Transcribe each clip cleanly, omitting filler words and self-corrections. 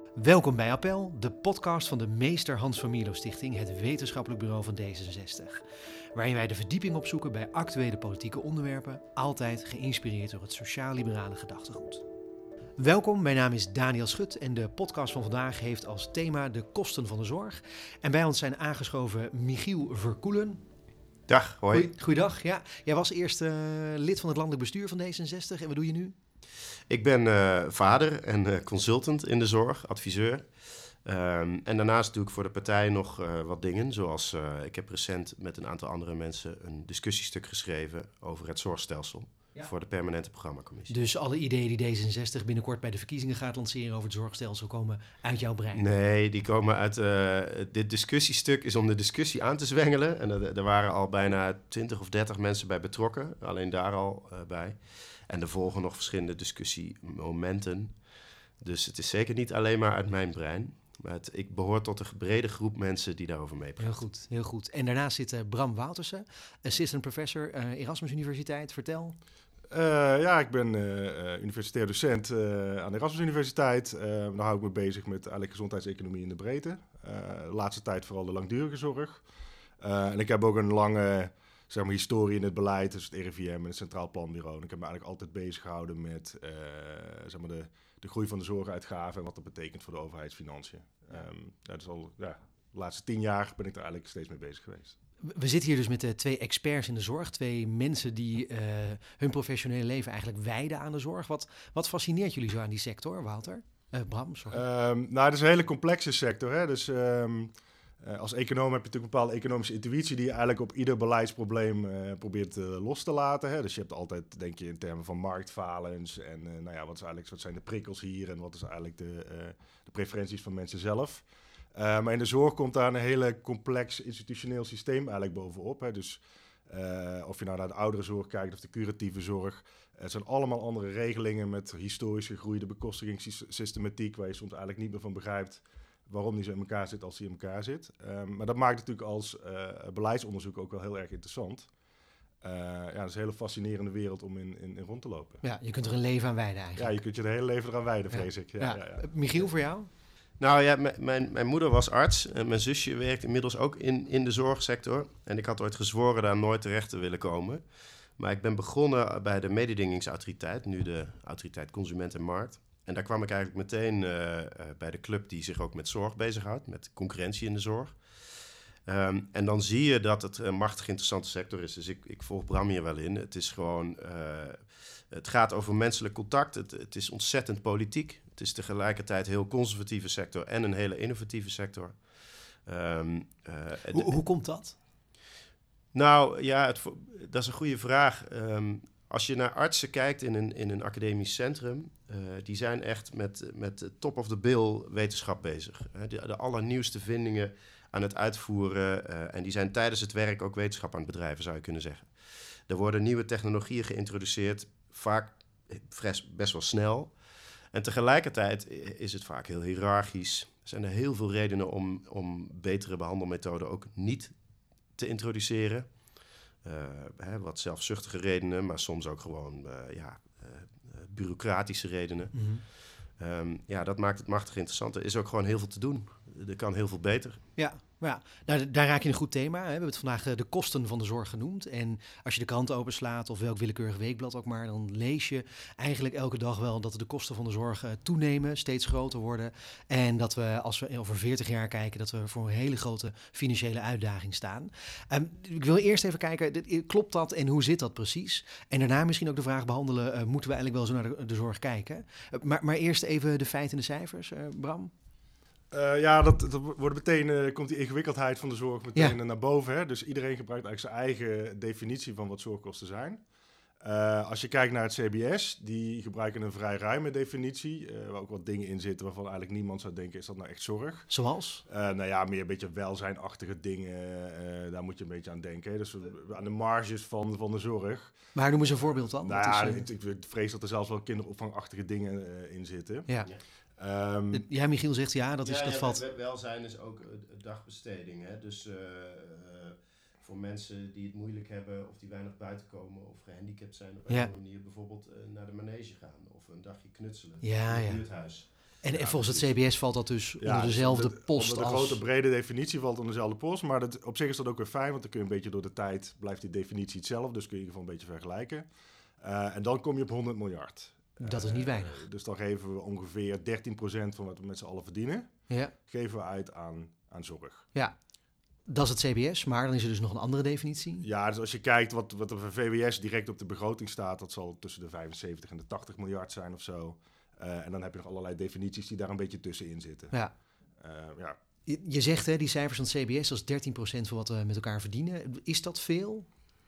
Welkom bij Appel, de podcast van de Meester Hans van Mierlo Stichting, het wetenschappelijk bureau van D66. Waarin wij de verdieping opzoeken bij actuele politieke onderwerpen, altijd geïnspireerd door het sociaal-liberale gedachtegoed. Welkom, mijn naam is Daniel Schut en de podcast van vandaag heeft als thema de kosten van de zorg. En bij ons zijn aangeschoven Michiel Verkoelen. Dag, hoi. Goeiedag, ja. Jij was eerst lid van het landelijk bestuur van D66 en wat doe je nu? Ik ben vader en consultant in de zorg, adviseur. En daarnaast doe ik voor de partij nog wat dingen, zoals ik heb recent met een aantal andere mensen een discussiestuk geschreven over het zorgstelsel voor de permanente programmacommissie. Dus alle ideeën die D66 binnenkort bij de verkiezingen gaat lanceren over het zorgstelsel komen uit jouw brein? Nee, die komen uit... dit discussiestuk is om de discussie aan te zwengelen. En er waren al bijna 20 of 30 mensen bij betrokken, alleen daar al bij. En er volgen nog verschillende discussiemomenten. Dus het is zeker niet alleen maar uit mijn brein. Maar ik behoor tot een brede groep mensen die daarover meepraten. Heel goed, heel goed. En daarnaast zit Bram Woutersen, assistant professor Erasmus Universiteit. Vertel. Ik ben universitair docent aan de Erasmus Universiteit. Daar hou ik me bezig met eigenlijk gezondheidseconomie in de breedte. De laatste tijd vooral de langdurige zorg. En ik heb ook een lange historie in het beleid, dus het RIVM en het Centraal Planbureau. En ik heb me eigenlijk altijd bezig gehouden met de groei van de zorguitgaven en wat dat betekent voor de overheidsfinanciën. Dus al de laatste 10 jaar ben ik daar eigenlijk steeds mee bezig geweest. We zitten hier dus met 2 experts in de zorg. 2 mensen die hun professionele leven eigenlijk wijden aan de zorg. Wat fascineert jullie zo aan die sector, Wouter? Bram, sorry. Het is een hele complexe sector. Hè? Dus als econoom heb je natuurlijk een bepaalde economische intuïtie die je eigenlijk op ieder beleidsprobleem probeert los te laten. Hè? Dus je hebt altijd, denk je, in termen van marktfalens en wat zijn de prikkels hier en wat is eigenlijk de preferenties van mensen zelf. Maar in de zorg komt daar een hele complex institutioneel systeem eigenlijk bovenop. Hè? Dus of je nou naar de ouderenzorg kijkt of de curatieve zorg. Het zijn allemaal andere regelingen met historisch gegroeide bekostigingssystematiek waar je soms eigenlijk niet meer van begrijpt waarom die zo in elkaar zit als die in elkaar zit. Maar dat maakt natuurlijk als beleidsonderzoek ook wel heel erg interessant. Het is een hele fascinerende wereld om in rond te lopen. Ja, je kunt er een leven aan wijden eigenlijk. Ja, je kunt je het hele leven eraan wijden, vrees ik. Ja. Michiel, voor jou? Nou ja, mijn moeder was arts en mijn zusje werkt inmiddels ook in de zorgsector. En ik had ooit gezworen daar nooit terecht te willen komen. Maar ik ben begonnen bij de mededingingsautoriteit, nu de Autoriteit Consument en Markt. En daar kwam ik eigenlijk meteen bij de club die zich ook met zorg bezighoudt, met concurrentie in de zorg. En dan zie je dat het een machtig interessante sector is. Dus ik volg Bram hier wel in. Het is gewoon, het gaat over menselijk contact. Het is ontzettend politiek. Het is tegelijkertijd een heel conservatieve sector en een hele innovatieve sector. Hoe komt dat? Nou ja, dat is een goede vraag. Als je naar artsen kijkt in een academisch centrum, die zijn echt met top of the bill wetenschap bezig. De allernieuwste vindingen aan het uitvoeren en die zijn tijdens het werk ook wetenschap aan het bedrijven, zou je kunnen zeggen. Er worden nieuwe technologieën geïntroduceerd, vaak best wel snel. En tegelijkertijd is het vaak heel hiërarchisch. Er zijn er heel veel redenen om betere behandelmethoden ook niet te introduceren. Wat zelfzuchtige redenen, maar soms ook gewoon bureaucratische redenen. Mm-hmm. Dat maakt het machtig interessant. Er is ook gewoon heel veel te doen. Er kan heel veel beter. Ja. Nou, daar raak je een goed thema. Hè. We hebben het vandaag de kosten van de zorg genoemd. En als je de krant openslaat of welk willekeurig weekblad ook maar, dan lees je eigenlijk elke dag wel dat de kosten van de zorg toenemen, steeds groter worden. En dat we, als we over 40 jaar kijken, dat we voor een hele grote financiële uitdaging staan. Ik wil eerst even kijken, klopt dat en hoe zit dat precies? En daarna misschien ook de vraag behandelen, moeten we eigenlijk wel zo naar de zorg kijken? Maar eerst even de feiten en de cijfers, Bram. Dat wordt meteen, komt die ingewikkeldheid van de zorg meteen naar boven. Hè? Dus iedereen gebruikt eigenlijk zijn eigen definitie van wat zorgkosten zijn. Als je kijkt naar het CBS, die gebruiken een vrij ruime definitie. Waar ook wat dingen in zitten waarvan eigenlijk niemand zou denken, is dat nou echt zorg? Zoals? Meer een beetje welzijnachtige dingen. Daar moet je een beetje aan denken. Hè? Dus aan de marges van de zorg. Maar noem eens een voorbeeld dan. Ik vrees dat er zelfs wel kinderopvangachtige dingen in zitten. Ja. Michiel zegt dat valt. Welzijn is ook dagbesteding. Hè? Dus voor mensen die het moeilijk hebben of die weinig buiten komen of gehandicapt zijn op een andere manier bijvoorbeeld naar de manege gaan of een dagje knutselen in het buurthuis. En volgens het CBS valt dat dus onder dezelfde post onder de grote brede definitie valt onder dezelfde post. Maar op zich is dat ook weer fijn, want dan kun je een beetje door de tijd... blijft die definitie hetzelfde, dus kun je in ieder geval een beetje vergelijken. En dan kom je op 100 miljard. Dat is niet weinig. Dus dan geven we ongeveer 13% van wat we met z'n allen verdienen... geven we uit aan zorg. Ja, dat is het CBS, maar dan is er dus nog een andere definitie. Ja, dus als je kijkt wat er voor VWS direct op de begroting staat... dat zal tussen de 75 en de 80 miljard zijn of zo... en dan heb je nog allerlei definities die daar een beetje tussenin zitten. Ja. Je zegt die cijfers van het CBS als 13% van wat we met elkaar verdienen. Is dat veel?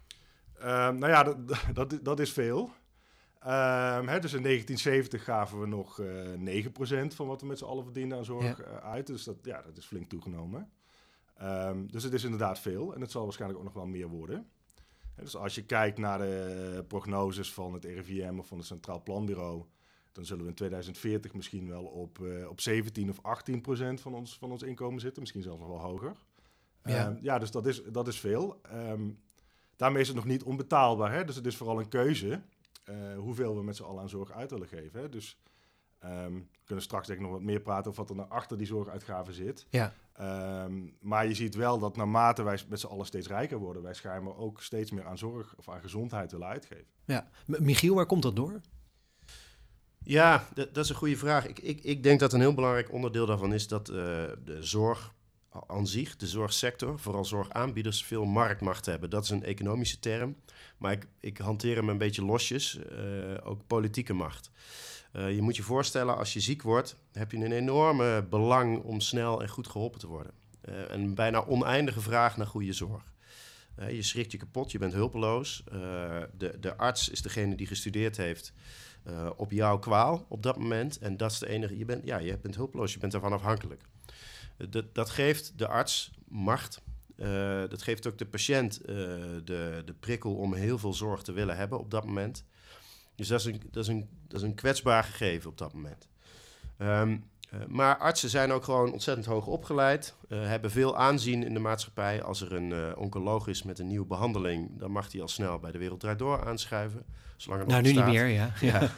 Dat is veel. Dus in 1970 gaven we nog 9% van wat we met z'n allen verdienen aan zorg uit. Dus dat is flink toegenomen. Dus het is inderdaad veel en het zal waarschijnlijk ook nog wel meer worden. Dus als je kijkt naar de prognoses van het RIVM of van het Centraal Planbureau... dan zullen we in 2040 misschien wel op 17 of 18% van ons inkomen zitten. Misschien zelfs nog wel hoger. Dus dat is veel. Daarmee is het nog niet onbetaalbaar. Hè? Dus het is vooral een keuze hoeveel we met z'n allen aan zorg uit willen geven. Hè? Dus we kunnen straks denk ik nog wat meer praten over wat er nou achter die zorguitgaven zit. Ja. Maar je ziet wel dat naarmate wij met z'n allen steeds rijker worden... wij schijnbaar ook steeds meer aan zorg of aan gezondheid willen uitgeven. Ja. Michiel, waar komt dat door? Ja, dat is een goede vraag. Ik denk dat een heel belangrijk onderdeel daarvan is dat de zorg aan zich, de zorgsector, vooral zorgaanbieders, veel marktmacht hebben. Dat is een economische term, maar ik hanteer hem een beetje losjes, ook politieke macht. Je moet je voorstellen, als je ziek wordt, heb je een enorme belang om snel en goed geholpen te worden. Een bijna oneindige vraag naar goede zorg. Je schrikt je kapot, je bent hulpeloos. De arts is degene die gestudeerd heeft op jouw kwaal op dat moment. En dat is de enige... Je bent hulpeloos, je bent daarvan afhankelijk. Dat geeft de arts macht. Dat geeft ook de patiënt de prikkel om heel veel zorg te willen hebben op dat moment. Dus dat is een kwetsbaar gegeven op dat moment. Maar artsen zijn ook gewoon ontzettend hoog opgeleid. Hebben veel aanzien in de maatschappij. Als er een oncoloog is met een nieuwe behandeling... dan mag die al snel bij de Wereld Draait Door aanschuiven. Zolang het nu niet meer, ja.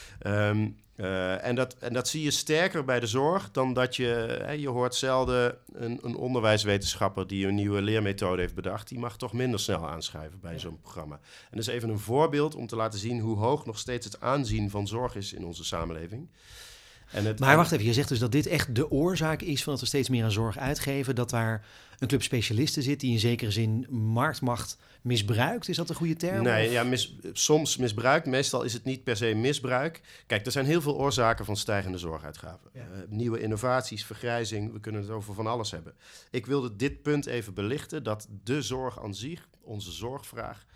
En dat zie je sterker bij de zorg dan dat je hoort zelden een onderwijswetenschapper die een nieuwe leermethode heeft bedacht, die mag toch minder snel aanschuiven bij zo'n programma. En dat is even een voorbeeld om te laten zien hoe hoog nog steeds het aanzien van zorg is in onze samenleving. Maar wacht even, je zegt dus dat dit echt de oorzaak is van dat we steeds meer aan zorg uitgeven, dat daar een club specialisten zit die in zekere zin marktmacht misbruikt. Is dat een goede term? Nee, soms misbruikt. Meestal is het niet per se misbruik. Kijk, er zijn heel veel oorzaken van stijgende zorguitgaven. Ja. Nieuwe innovaties, vergrijzing, we kunnen het over van alles hebben. Ik wilde dit punt even belichten, dat de zorg aan zich, onze zorgvraag,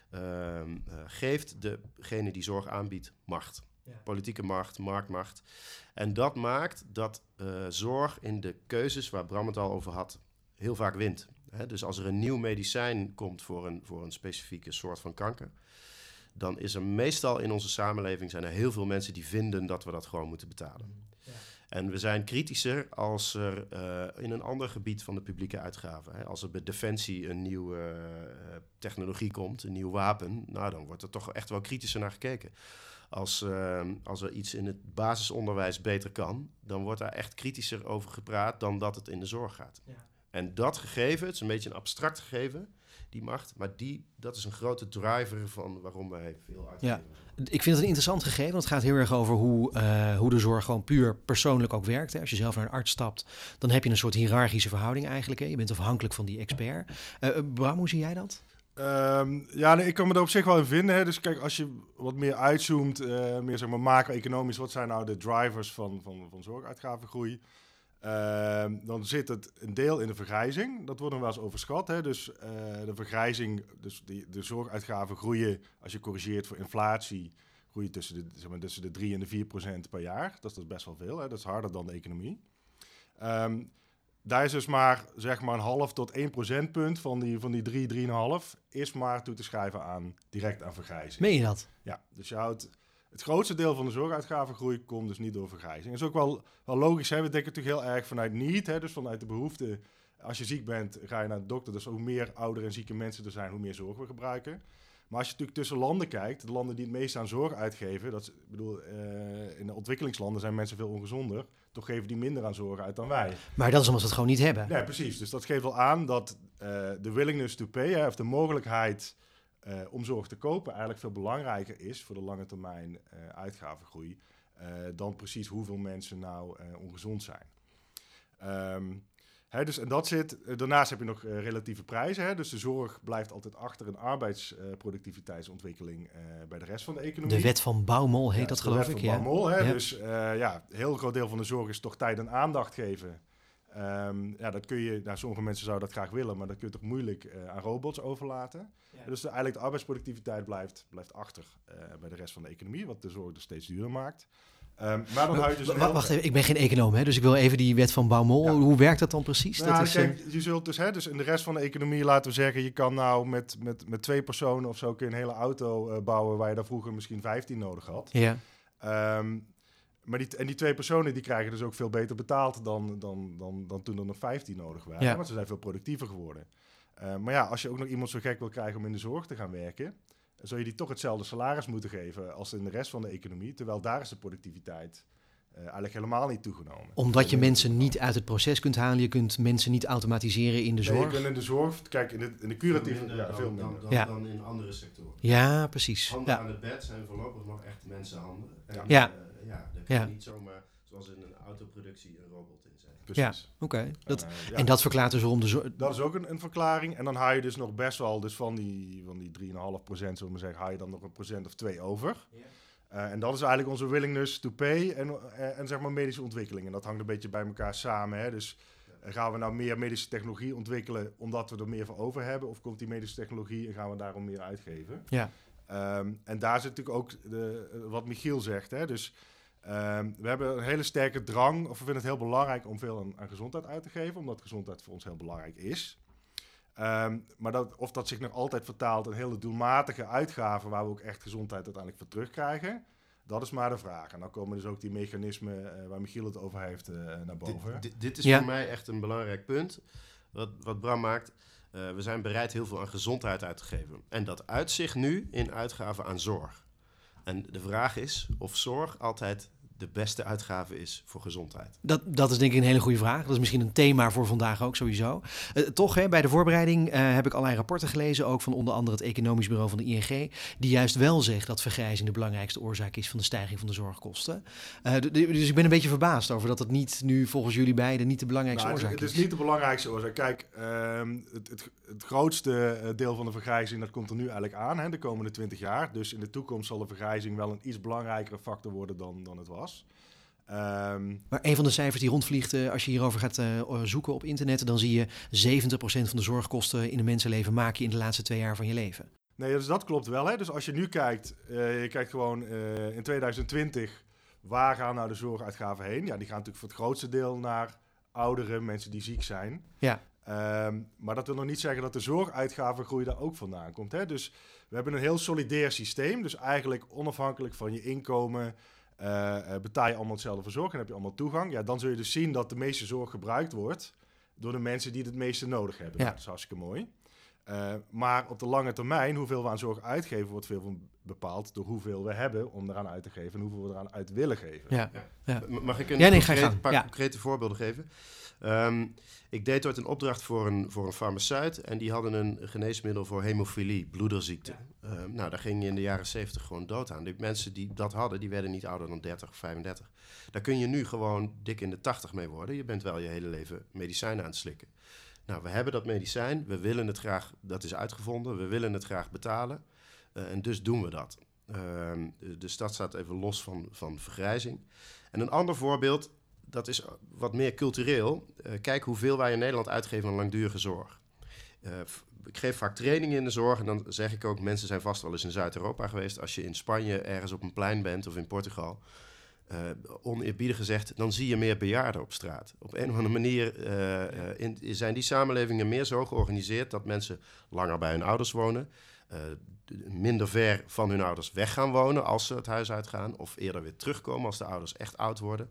geeft degene die zorg aanbiedt macht. Ja. Politieke macht, marktmacht. En dat maakt dat zorg in de keuzes waar Bram het al over had, heel vaak wint. Dus als er een nieuw medicijn komt voor een specifieke soort van kanker, dan is er meestal in onze samenleving zijn er heel veel mensen die vinden dat we dat gewoon moeten betalen. Ja. En we zijn kritischer als er in een ander gebied van de publieke uitgaven, als er bij Defensie een nieuwe technologie komt, een nieuw wapen, nou dan wordt er toch echt wel kritischer naar gekeken. Als er iets in het basisonderwijs beter kan, dan wordt daar echt kritischer over gepraat dan dat het in de zorg gaat. Ja. En dat gegeven, het is een beetje een abstract gegeven, die macht, maar dat is een grote driver van waarom wij veel uitgeven. Ja, ik vind het een interessant gegeven, want het gaat heel erg over hoe de zorg gewoon puur persoonlijk ook werkt. Hè. Als je zelf naar een arts stapt, dan heb je een soort hiërarchische verhouding eigenlijk. Hè. Je bent afhankelijk van die expert. Bram, hoe zie jij dat? Ik kan me er op zich wel in vinden. Hè. Dus kijk, als je wat meer uitzoomt, meer zeg maar macro-economisch, wat zijn nou de drivers van zorguitgavengroei? Dan zit het een deel in de vergrijzing. Dat wordt nog wel eens overschat. Hè. Dus de vergrijzing, dus de zorguitgaven groeien, als je corrigeert voor inflatie, groeien tussen de 3 en de 4% per jaar. Dat is best wel veel. Hè. Dat is harder dan de economie. Daar is dus maar, zeg maar, een half tot 1 procentpunt van die 3,5 is maar toe te schrijven direct aan vergrijzing. Meen je dat? Ja, dus je houdt het grootste deel van de zorguitgavengroei komt dus niet door vergrijzing. Dat is ook wel logisch. Hè? We denken natuurlijk heel erg vanuit need, hè? Dus vanuit de behoefte. Als je ziek bent, ga je naar de dokter. Dus hoe meer oudere en zieke mensen er zijn, hoe meer zorg we gebruiken. Maar als je natuurlijk tussen landen kijkt, de landen die het meest aan zorg uitgeven, in de ontwikkelingslanden zijn mensen veel ongezonder, toch geven die minder aan zorg uit dan wij. Maar dat is omdat ze het gewoon niet hebben. Nee, precies. Dus dat geeft wel aan dat de willingness to pay, of de mogelijkheid om zorg te kopen, eigenlijk veel belangrijker is voor de lange termijn uitgavengroei dan precies hoeveel mensen nou ongezond zijn. Dus, en dat zit. Daarnaast heb je nog relatieve prijzen. Hè? Dus de zorg blijft altijd achter een arbeidsproductiviteitsontwikkeling bij de rest van de economie. De wet van Baumol heet dat, geloof ik. De wet van Baumol, hè? Ja. Dus een heel groot deel van de zorg is toch tijd en aandacht geven. Dat kun je, sommige mensen zouden dat graag willen, maar dat kun je toch moeilijk aan robots overlaten. Ja. Dus eigenlijk de arbeidsproductiviteit blijft achter bij de rest van de economie, wat de zorg dus steeds duurder maakt. Maar dan hou je dus wacht even, ik ben geen econoom, hè, dus ik wil even die wet van Baumol. Ja. Hoe werkt dat dan precies? Je zult dus in de rest van de economie, laten we zeggen, je kan nou met 2 personen of zo kun je een hele auto bouwen waar je daar vroeger misschien 15 nodig had. Ja. Maar die 2 personen die krijgen dus ook veel beter betaald dan toen er nog 15 nodig waren. Ja. Want ze zijn veel productiever geworden. Maar ja, als je ook nog iemand zo gek wil krijgen om in de zorg te gaan werken, zul je die toch hetzelfde salaris moeten geven als in de rest van de economie. Terwijl daar is de productiviteit eigenlijk helemaal niet toegenomen. Omdat je mensen niet uit het proces kunt halen. Je kunt mensen niet automatiseren in de zorg. Je kunt in de zorg, kijk, in de curatieve... Veel minder dan in andere sectoren. Ja, precies. Handen aan het bed zijn voorlopig nog echt mensenhanden. En, daar kun je niet zomaar, zoals in een autoproductie, een robot in zetten. Precies. Ja, oké. En dat verklaart dus waarom de zorg... Dat is ook een verklaring. En dan haal je dus nog best wel, dus van die 3,5%, zullen we maar zeggen, haal je dan nog 1% of 2 over. Ja. En dat is eigenlijk onze willingness to pay en zeg maar medische ontwikkeling. En dat hangt een beetje bij elkaar samen. Hè? Dus gaan we nou meer medische technologie ontwikkelen omdat we er meer voor over hebben? Of komt die medische technologie en gaan we daarom meer uitgeven? Ja. En daar zit natuurlijk ook wat Michiel zegt. Hè? Dus we hebben een hele sterke drang, of we vinden het heel belangrijk om veel aan gezondheid uit te geven, omdat gezondheid voor ons heel belangrijk is. Maar of dat zich nog altijd vertaalt in hele doelmatige uitgaven waar we ook echt gezondheid uiteindelijk voor terugkrijgen, dat is maar de vraag. En dan komen dus ook die mechanismen waar Michiel het over heeft naar boven. Dit is voor mij echt een belangrijk punt, wat Bram maakt. We zijn bereid heel veel aan gezondheid uit te geven. En dat uitzicht nu in uitgaven aan zorg. En de vraag is of zorg altijd de beste uitgave is voor gezondheid. Dat is denk ik een hele goede vraag. Dat is misschien een thema voor vandaag ook sowieso. Toch, hè, bij de voorbereiding heb ik allerlei rapporten gelezen, ook van onder andere het economisch bureau van de ING, die juist wel zegt dat vergrijzing de belangrijkste oorzaak is van de stijging van de zorgkosten. Dus ik ben een beetje verbaasd over dat het niet nu volgens jullie beiden niet de belangrijkste oorzaak is. Het is niet de belangrijkste oorzaak. Kijk, het grootste deel van de vergrijzing, dat komt er nu eigenlijk aan, hè, de komende 20 jaar. Dus in de toekomst zal de vergrijzing wel een iets belangrijkere factor worden dan het was. Maar een van de cijfers die rondvliegt, als je hierover gaat zoeken op internet, dan zie je 70% van de zorgkosten in een mensenleven maak je in de laatste 2 jaar van je leven. Nee, dus dat klopt wel. Hè? Dus als je nu kijkt, je kijkt gewoon in 2020, waar gaan nou de zorguitgaven heen? Ja, die gaan natuurlijk voor het grootste deel naar ouderen, mensen die ziek zijn. Ja. Maar dat wil nog niet zeggen dat de zorguitgavengroei daar ook vandaan komt. Hè? Dus we hebben een heel solidair systeem, dus eigenlijk onafhankelijk van je inkomen betaal je allemaal hetzelfde voor zorg en heb je allemaal toegang. Ja, dan zul je dus zien dat de meeste zorg gebruikt wordt door de mensen die het meeste nodig hebben. Ja. Dat is hartstikke mooi. Maar op de lange termijn, hoeveel we aan zorg uitgeven, wordt veel van bepaald door hoeveel we hebben om eraan uit te geven en hoeveel we eraan uit willen geven. Ja. Ja. Mag ik een paar concrete voorbeelden geven? Ik deed ooit een opdracht voor een farmaceut en die hadden een geneesmiddel voor hemofilie, bloederziekte. Ja. Daar ging je in de jaren 70 gewoon dood aan. Die mensen die dat hadden, die werden niet ouder dan 30 of 35. Daar kun je nu gewoon dik in de 80 mee worden. Je bent wel je hele leven medicijnen aan het slikken. Nou, we hebben dat medicijn, we willen het graag, dat is uitgevonden, we willen het graag betalen en dus doen we dat. Dus dat staat even los van vergrijzing. En een ander voorbeeld, dat is wat meer cultureel. Kijk hoeveel wij in Nederland uitgeven aan langdurige zorg. Ik geef vaak trainingen in de zorg en dan zeg ik ook, mensen zijn vast wel eens in Zuid-Europa geweest. Als je in Spanje ergens op een plein bent of in Portugal, oneerbiedig gezegd, dan zie je meer bejaarden op straat. Op een of andere manier zijn die samenlevingen meer zo georganiseerd dat mensen langer bij hun ouders wonen, minder ver van hun ouders weg gaan wonen als ze het huis uitgaan, of eerder weer terugkomen als de ouders echt oud worden.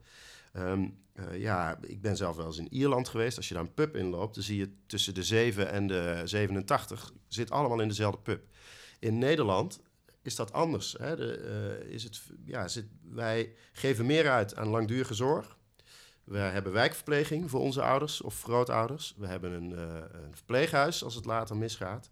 Ik ben zelf wel eens in Ierland geweest. Als je daar een pub inloopt, dan zie je tussen de 7 en de 87 zit allemaal in dezelfde pub. In Nederland is dat anders. Hè? Wij geven meer uit aan langdurige zorg. We hebben wijkverpleging voor onze ouders of grootouders. We hebben een verpleeghuis als het later misgaat.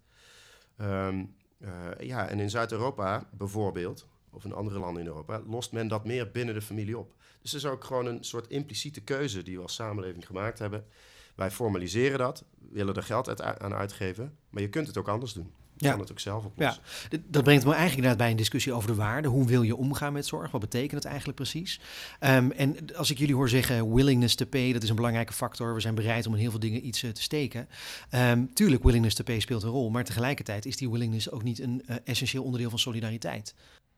En in Zuid-Europa bijvoorbeeld, of in andere landen in Europa, lost men dat meer binnen de familie op. Dus het is ook gewoon een soort impliciete keuze die we als samenleving gemaakt hebben. Wij formaliseren dat, willen er geld aan uitgeven, maar je kunt het ook anders doen. Je kan het ook zelf oplossen. Ja, dat brengt me eigenlijk inderdaad bij een discussie over de waarde. Hoe wil je omgaan met zorg? Wat betekent het eigenlijk precies? En als ik jullie hoor zeggen willingness to pay, dat is een belangrijke factor. We zijn bereid om in heel veel dingen iets te steken. Tuurlijk, willingness to pay speelt een rol. Maar tegelijkertijd is die willingness ook niet een essentieel onderdeel van solidariteit.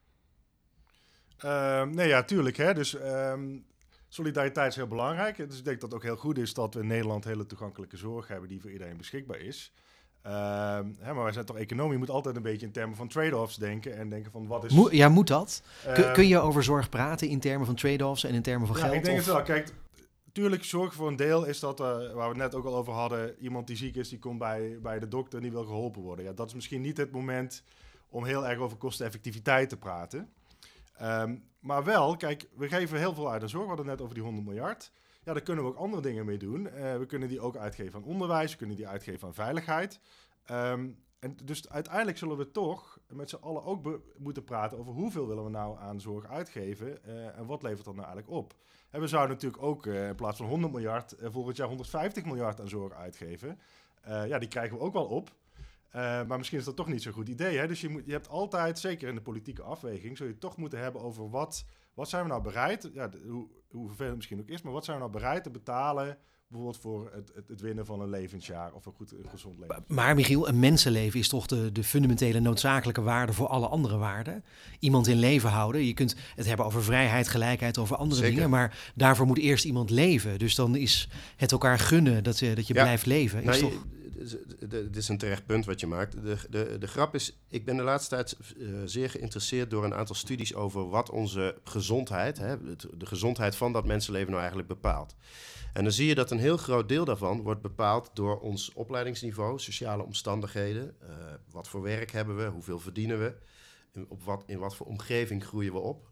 Tuurlijk. Hè? Dus solidariteit is heel belangrijk. Dus ik denk dat het ook heel goed is dat we in Nederland hele toegankelijke zorg hebben die voor iedereen beschikbaar is. Maar wij zijn toch economie. Je moet altijd een beetje in termen van trade-offs denken. En denken van wat is... Moet dat? Kun je over zorg praten in termen van trade-offs en in termen van geld? Ik denk het wel. Kijk, tuurlijk zorg voor een deel is dat, waar we het net ook al over hadden, iemand die ziek is, die komt bij de dokter en die wil geholpen worden. Ja, dat is misschien niet het moment om heel erg over kosteneffectiviteit te praten. Maar wel, kijk, we geven heel veel uit aan zorg. We hadden het net over die 100 miljard. Ja, daar kunnen we ook andere dingen mee doen. We kunnen die ook uitgeven aan onderwijs. We kunnen die uitgeven aan veiligheid. En dus uiteindelijk zullen we toch met z'n allen ook moeten praten over hoeveel willen we nou aan zorg uitgeven en wat levert dat nou eigenlijk op. En we zouden natuurlijk ook in plaats van 100 miljard volgend jaar 150 miljard aan zorg uitgeven. Die krijgen we ook wel op. Maar misschien is dat toch niet zo'n goed idee. Hè? Dus je hebt altijd, zeker in de politieke afweging, zul je het toch moeten hebben over wat zijn we nou bereid, hoe vervelend het misschien ook is, maar wat zijn we nou bereid te betalen bijvoorbeeld voor het winnen van een levensjaar of een gezond leven. Maar Michiel, een mensenleven is toch de fundamentele noodzakelijke waarde voor alle andere waarden. Iemand in leven houden. Je kunt het hebben over vrijheid, gelijkheid, over andere dingen. Maar daarvoor moet eerst iemand leven. Dus dan is het elkaar gunnen dat je blijft leven. Dit is een terecht punt wat je maakt. De grap is, ik ben de laatste tijd zeer geïnteresseerd door een aantal studies over wat onze gezondheid, de gezondheid van dat mensenleven nou eigenlijk bepaalt. En dan zie je dat een heel groot deel daarvan wordt bepaald door ons opleidingsniveau, sociale omstandigheden. Wat voor werk hebben we, hoeveel verdienen we, in wat voor omgeving groeien we op.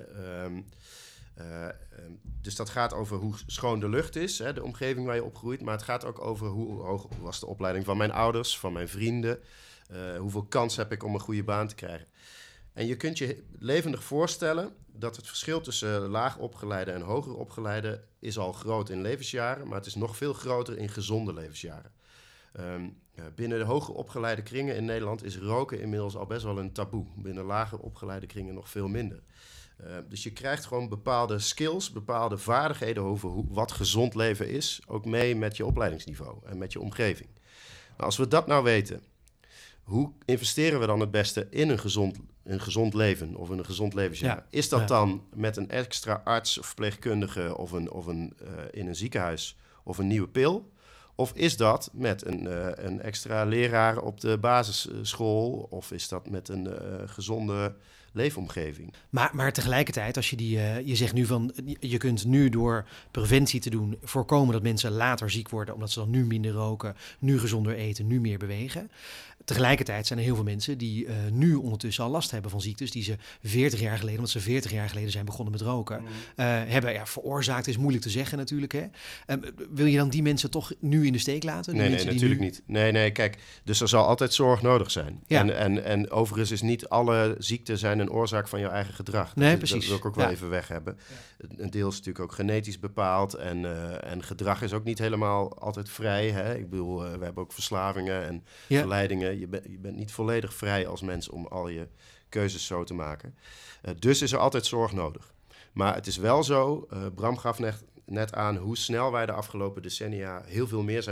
Dus dat gaat over hoe schoon de lucht is, de omgeving waar je opgroeit. Maar het gaat ook over hoe hoog was de opleiding van mijn ouders, van mijn vrienden. Hoeveel kans heb ik om een goede baan te krijgen. En je kunt je levendig voorstellen dat het verschil tussen laag opgeleide en hoger opgeleide is al groot in levensjaren, maar het is nog veel groter in gezonde levensjaren. Binnen de hoger opgeleide kringen in Nederland is roken inmiddels al best wel een taboe. Binnen lager opgeleide kringen nog veel minder. Dus je krijgt gewoon bepaalde skills, bepaalde vaardigheden over wat gezond leven is, ook mee met je opleidingsniveau en met je omgeving. Nou, als we dat nou weten, hoe investeren we dan het beste in een gezond leven of in een gezond levensjaar? Ja, is dat dan met een extra arts of verpleegkundige of in een ziekenhuis of een nieuwe pil? Of is dat met een extra leraar op de basisschool? Of is dat met een gezonde leefomgeving? Maar tegelijkertijd, als je je zegt nu van, je kunt nu door preventie te doen voorkomen dat mensen later ziek worden, omdat ze dan nu minder roken, nu gezonder eten, nu meer bewegen. Tegelijkertijd zijn er heel veel mensen die nu ondertussen al last hebben van ziektes die ze 40 jaar geleden, omdat ze 40 jaar geleden zijn begonnen met roken, hebben veroorzaakt. Is moeilijk te zeggen natuurlijk. Hè? Wil je dan die mensen toch nu in de steek laten? Nee, natuurlijk niet. Nee, kijk, dus er zal altijd zorg nodig zijn. Ja. En overigens is niet alle ziekten zijn een oorzaak van jouw eigen gedrag. Nee, precies. Dat wil ik ook wel even weg hebben. Ja. Een deel is natuurlijk ook genetisch bepaald en gedrag is ook niet helemaal altijd vrij. Hè? Ik bedoel, we hebben ook verslavingen en verleidingen. Je bent niet volledig vrij als mens om al je keuzes zo te maken. Dus is er altijd zorg nodig. Maar het is wel zo, Bram gaf net aan hoe snel wij de afgelopen decennia heel veel meer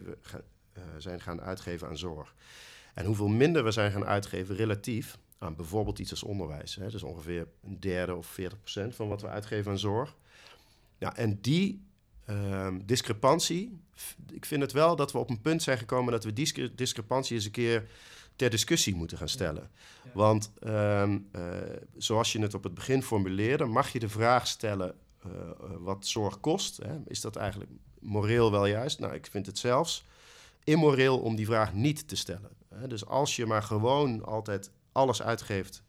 zijn gaan uitgeven aan zorg. En hoeveel minder we zijn gaan uitgeven relatief aan bijvoorbeeld iets als onderwijs. Hè? Dus ongeveer een derde of 40% van wat we uitgeven aan zorg. Ja, en die discrepantie, ik vind het wel dat we op een punt zijn gekomen dat we die discrepantie eens een keer ter discussie moeten gaan stellen. Ja. Want zoals je het op het begin formuleerde, mag je de vraag stellen wat zorg kost. Hè? Is dat eigenlijk moreel wel juist? Nou, ik vind het zelfs immoreel om die vraag niet te stellen. Hè? Dus als je maar gewoon altijd alles uitgeeft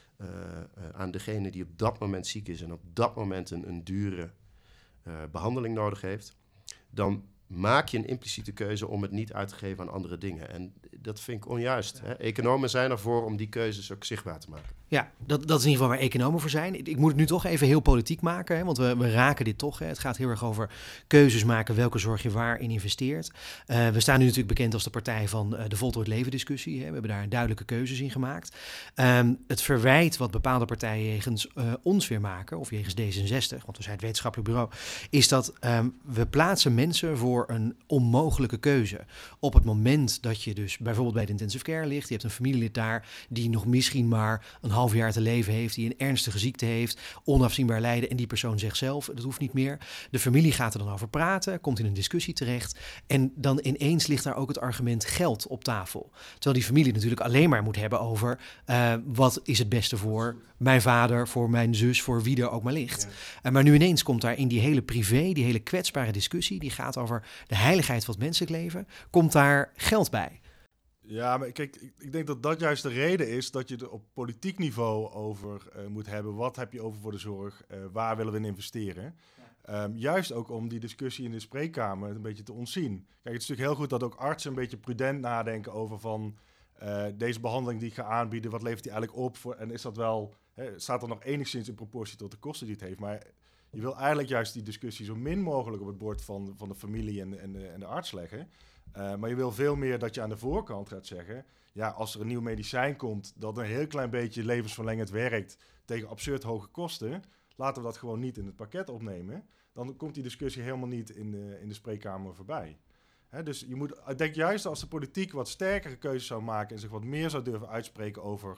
aan degene die op dat moment ziek is en op dat moment een dure behandeling nodig heeft, dan maak je een impliciete keuze om het niet uit te geven aan andere dingen. En dat vind ik onjuist. Hè? Economen zijn ervoor om die keuzes ook zichtbaar te maken. Ja, dat is in ieder geval waar economen voor zijn. Ik moet het nu toch even heel politiek maken, hè, want we raken dit toch. Hè. Het gaat heel erg over keuzes maken, welke zorg je waarin investeert. We staan nu natuurlijk bekend als de partij van de voltooid leven discussie. Hè. We hebben daar duidelijke keuzes in gemaakt. Het verwijt wat bepaalde partijen jegens ons weer maken, of jegens D66, want we zijn het wetenschappelijk bureau, is dat we plaatsen mensen voor een onmogelijke keuze. Op het moment dat je dus bijvoorbeeld bij de intensive care ligt, je hebt een familielid daar die nog misschien maar een half jaar te leven heeft, die een ernstige ziekte heeft, onafzienbaar lijden en die persoon zegt zelf, dat hoeft niet meer. De familie gaat er dan over praten, komt in een discussie terecht en dan ineens ligt daar ook het argument geld op tafel. Terwijl die familie natuurlijk alleen maar moet hebben over wat is het beste voor mijn vader, voor mijn zus, voor wie er ook maar ligt. Ja. Maar nu ineens komt daar in die hele privé, die hele kwetsbare discussie, die gaat over de heiligheid van het menselijk leven, komt daar geld bij. Ja, maar kijk, ik denk dat dat juist de reden is dat je er op politiek niveau over moet hebben. Wat heb je over voor de zorg? Waar willen we in investeren? Juist ook om die discussie in de spreekkamer een beetje te ontzien. Kijk, het is natuurlijk heel goed dat ook artsen een beetje prudent nadenken over van deze behandeling die ik ga aanbieden, wat levert die eigenlijk op voor? En is dat wel, staat er nog enigszins in proportie tot de kosten die het heeft? Maar je wil eigenlijk juist die discussie zo min mogelijk op het bord van de familie en de arts leggen. Maar je wil veel meer dat je aan de voorkant gaat zeggen, ja, als er een nieuw medicijn komt dat een heel klein beetje levensverlengend werkt tegen absurd hoge kosten, laten we dat gewoon niet in het pakket opnemen. Dan komt die discussie helemaal niet in de spreekkamer voorbij. Dus je moet, ik denk juist als de politiek wat sterkere keuzes zou maken en zich wat meer zou durven uitspreken over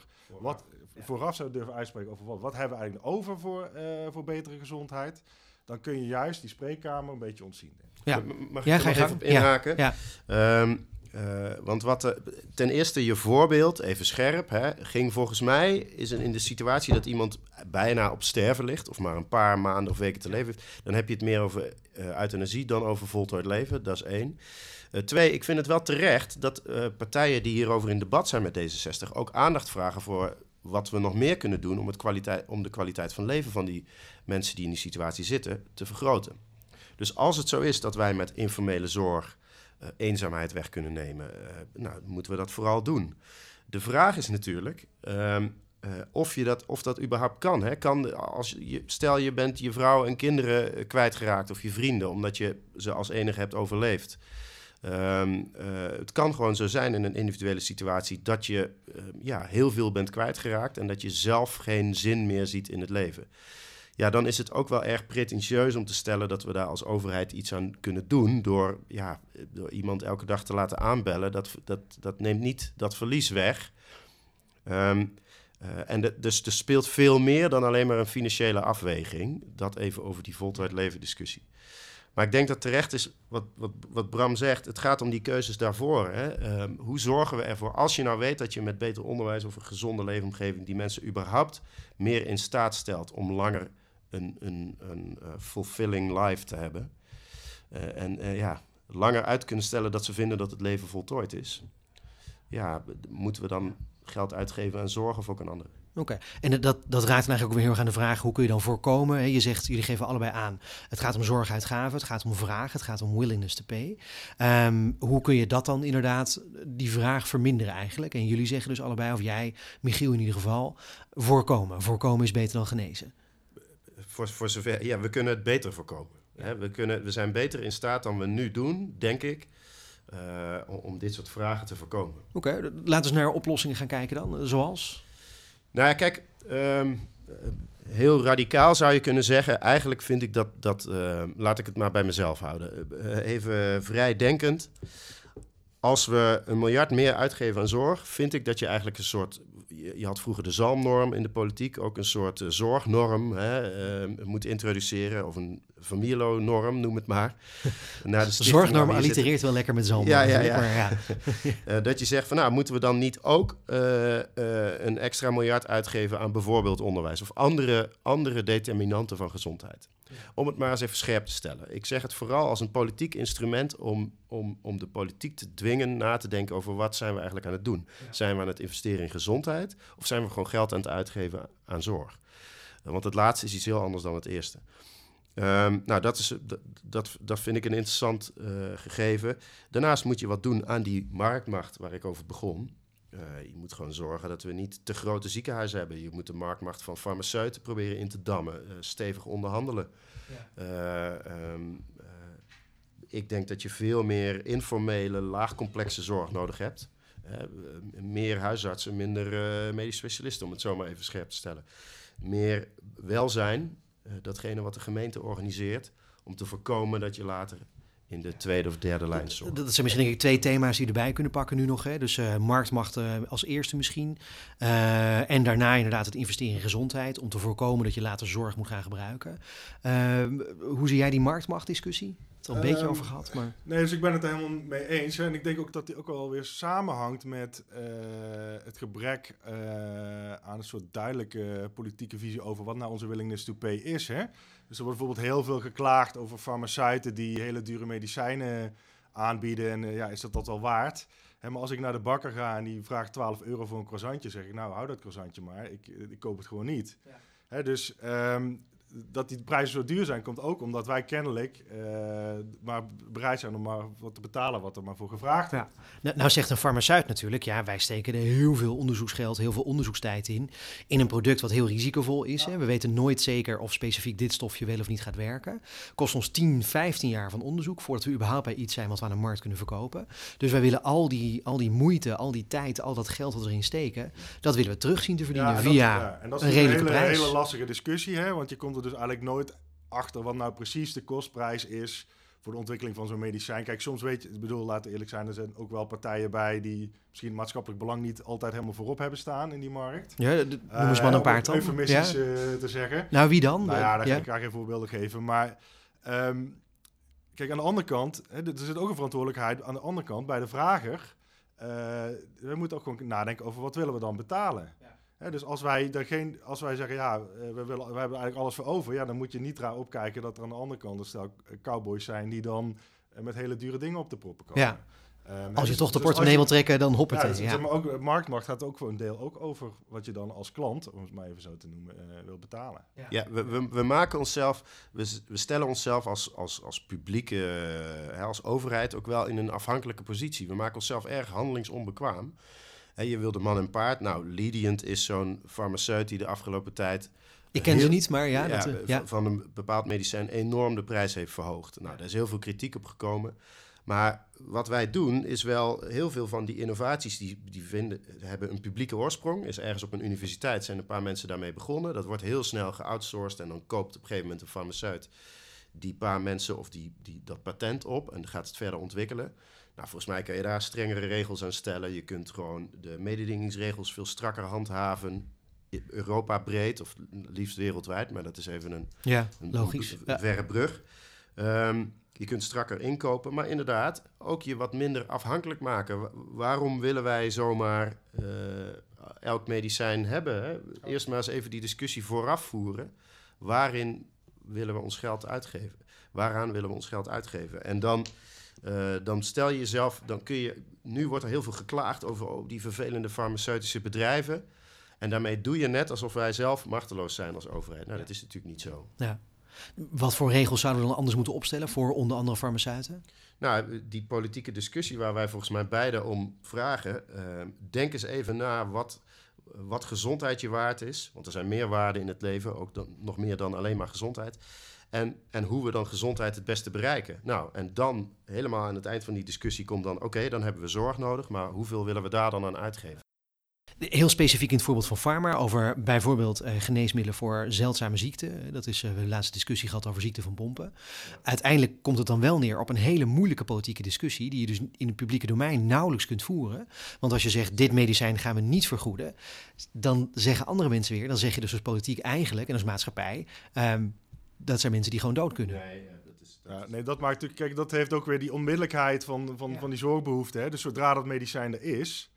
vooraf zou durven uitspreken over wat hebben we eigenlijk over voor betere gezondheid, dan kun je juist die spreekkamer een beetje ontzien. Ja. Mag ik er nog even op inhaken? Ja. Want ten eerste je voorbeeld, even scherp, ging volgens mij in de situatie dat iemand bijna op sterven ligt, of maar een paar maanden of weken te leven heeft, dan heb je het meer over euthanasie dan over voltooid leven. Dat is 1. 2, ik vind het wel terecht dat partijen die hierover in debat zijn met D66 ook aandacht vragen voor wat we nog meer kunnen doen om de kwaliteit van leven van die mensen die in die situatie zitten te vergroten. Dus als het zo is dat wij met informele zorg eenzaamheid weg kunnen nemen, dan moeten we dat vooral doen. De vraag is natuurlijk of dat überhaupt kan. Hè? Stel je bent je vrouw en kinderen kwijtgeraakt of je vrienden, omdat je ze als enige hebt overleefd. Het kan gewoon zo zijn in een individuele situatie dat je heel veel bent kwijtgeraakt en dat je zelf geen zin meer ziet in het leven. Ja, dan is het ook wel erg pretentieus om te stellen dat we daar als overheid iets aan kunnen doen door iemand elke dag te laten aanbellen. Dat neemt niet dat verlies weg. Dus er speelt veel meer dan alleen maar een financiële afweging. Dat even over die voltooid leven discussie. Maar ik denk dat terecht is wat Bram zegt. Het gaat om die keuzes daarvoor. Hè? Hoe zorgen we ervoor, als je nou weet dat je met beter onderwijs of een gezonde leefomgeving die mensen überhaupt meer in staat stelt om langer een fulfilling life te hebben. Langer uit kunnen stellen dat ze vinden dat het leven voltooid is. Ja, moeten we dan geld uitgeven aan zorg of ook aan anderen? Oké. En dat raakt eigenlijk ook weer heel erg aan de vraag, hoe kun je dan voorkomen? Je zegt, jullie geven allebei aan, het gaat om zorguitgaven, het gaat om vraag, het gaat om willingness to pay. Hoe kun je dat dan inderdaad, die vraag verminderen eigenlijk? En jullie zeggen dus allebei, of jij, Michiel in ieder geval, voorkomen. Voorkomen is beter dan genezen. Voor zover, we kunnen het beter voorkomen. Hè? We zijn beter in staat dan we nu doen, denk ik, om dit soort vragen te voorkomen. Oké, laten we eens naar oplossingen gaan kijken dan, zoals? Nou ja, kijk, heel radicaal zou je kunnen zeggen, eigenlijk vind ik dat laat ik het maar bij mezelf houden. Even vrijdenkend. Als we 1 miljard meer uitgeven aan zorg, vind ik dat je eigenlijk een soort, je had vroeger de zalmnorm in de politiek, ook een soort zorgnorm moet introduceren of een Van Mierlo-norm, noem het maar. Naar de zorgnorm allitereert wel lekker met zalm. Ja. Dat je zegt van, nou, moeten we dan niet ook een extra miljard uitgeven aan bijvoorbeeld onderwijs of andere determinanten van gezondheid? Ja. Om het maar eens even scherp te stellen. Ik zeg het vooral als een politiek instrument om de politiek te dwingen na te denken over wat zijn we eigenlijk aan het doen. Ja. Zijn we aan het investeren in gezondheid of zijn we gewoon geld aan het uitgeven aan zorg? Want het laatste is iets heel anders dan het eerste. Nou, dat vind ik een interessant gegeven. Daarnaast moet je wat doen aan die marktmacht waar ik over begon. Je moet gewoon zorgen dat we niet te grote ziekenhuizen hebben. Je moet de marktmacht van farmaceuten proberen in te dammen. Stevig onderhandelen. Ja. Ik denk dat je veel meer informele, laagcomplexe zorg nodig hebt. Meer huisartsen, minder medisch specialisten, om het zo maar even scherp te stellen. Meer welzijn, datgene wat de gemeente organiseert, om te voorkomen dat je later in de tweede of derde lijn zorgt. Dat zijn misschien denk ik 2 thema's die erbij kunnen pakken nu nog. Hè? Dus marktmacht als eerste misschien. En daarna inderdaad het investeren in gezondheid, om te voorkomen dat je later zorg moet gaan gebruiken. Hoe zie jij die marktmachtdiscussie? Het al een beetje over gehad, maar... Nee, dus ik ben het er helemaal mee eens. Hè. En ik denk ook dat die ook wel weer samenhangt met het gebrek aan een soort duidelijke politieke visie over wat nou onze willingness to pay is. Hè. Dus er wordt bijvoorbeeld heel veel geklaagd over farmaceuten die hele dure medicijnen aanbieden. En is dat wel waard? Hè, maar als ik naar de bakker ga en die vraagt €12 voor een croissantje, zeg ik, nou, hou dat croissantje maar. Ik koop het gewoon niet. Ja. Hè, dus... dat die prijzen zo duur zijn, komt ook omdat wij kennelijk maar bereid zijn om maar wat te betalen wat er maar voor gevraagd wordt. Ja. Nou zegt een farmaceut natuurlijk, wij steken er heel veel onderzoeksgeld, heel veel onderzoekstijd in een product wat heel risicovol is. Ja. Hè. We weten nooit zeker of specifiek dit stofje wel of niet gaat werken. Kost ons 10, 15 jaar van onderzoek voordat we überhaupt bij iets zijn wat we aan de markt kunnen verkopen. Dus wij willen al die moeite, al die tijd, al dat geld wat we erin steken, dat willen we terug zien te verdienen via en dat is een redelijke prijs. Dat is een hele lastige discussie, hè, want je komt er dus eigenlijk nooit achter wat nou precies de kostprijs is voor de ontwikkeling van zo'n medicijn. Kijk, soms laten we eerlijk zijn, er zijn ook wel partijen bij die misschien het maatschappelijk belang niet altijd helemaal voorop hebben staan in die markt. Ja, noem eens maar een paar dan. Eufemistisch te zeggen. Nou, wie dan? Nou ja, daar ga ik graag geen voorbeelden geven. Maar kijk, aan de andere kant, er zit ook een verantwoordelijkheid aan de andere kant bij de vrager. We moeten ook gewoon nadenken over wat willen we dan betalen. Ja. He, dus als wij zeggen, we hebben eigenlijk alles voor over, dan moet je niet raar opkijken dat er aan de andere kant een stel cowboys zijn die dan met hele dure dingen op de proppen komen. Ja. Als je toch de portemonnee wil trekken, dan hop het. Maar ook marktmacht gaat ook voor een deel ook over wat je dan als klant, om het maar even zo te noemen, wil betalen. We maken onszelf, we stellen onszelf als publieke, als overheid ook wel in een afhankelijke positie. We maken onszelf erg handelingsonbekwaam. Je wil de man en paard. Nou, Lidient is zo'n farmaceut die de afgelopen tijd... Ik ken ze niet, maar van een bepaald medicijn enorm de prijs heeft verhoogd. Nou, daar is heel veel kritiek op gekomen. Maar wat wij doen is wel heel veel van die innovaties die hebben een publieke oorsprong. Is ergens op een universiteit zijn een paar mensen daarmee begonnen. Dat wordt heel snel geoutsourced en dan koopt op een gegeven moment een farmaceut die paar mensen of die dat patent op en gaat het verder ontwikkelen. Nou, volgens mij kan je daar strengere regels aan stellen. Je kunt gewoon de mededingingsregels veel strakker handhaven. Europa breed, of liefst wereldwijd. Maar dat is even een verre brug. Je kunt strakker inkopen. Maar inderdaad, ook je wat minder afhankelijk maken. Waarom willen wij zomaar elk medicijn hebben? Hè? Eerst maar eens even die discussie vooraf voeren. Waarin willen we ons geld uitgeven? Waaraan willen we ons geld uitgeven? En dan stel je jezelf, nu wordt er heel veel geklaagd over die vervelende farmaceutische bedrijven. En daarmee doe je net alsof wij zelf machteloos zijn als overheid. Nou, dat is natuurlijk niet zo. Ja. Wat voor regels zouden we dan anders moeten opstellen voor onder andere farmaceuten? Nou, die politieke discussie waar wij volgens mij beide om vragen. Denk eens even na wat gezondheid je waard is. Want er zijn meer waarden in het leven, ook nog meer dan alleen maar gezondheid. En hoe we dan gezondheid het beste bereiken. Nou, en dan helemaal aan het eind van die discussie komt dan... Oké, dan hebben we zorg nodig, maar hoeveel willen we daar dan aan uitgeven? Heel specifiek in het voorbeeld van Pharma over bijvoorbeeld geneesmiddelen voor zeldzame ziekten. Dat is de laatste discussie gehad over ziekte van pompen. Uiteindelijk komt het dan wel neer op een hele moeilijke politieke discussie die je dus in het publieke domein nauwelijks kunt voeren. Want als je zegt, dit medicijn gaan we niet vergoeden, dan zeggen andere mensen weer, dan zeg je dus als politiek eigenlijk en als maatschappij... dat zijn mensen die gewoon dood kunnen. Nee, Dat maakt natuurlijk, kijk, dat heeft ook weer die onmiddellijkheid van die zorgbehoefte. Hè? Dus zodra dat medicijn er is,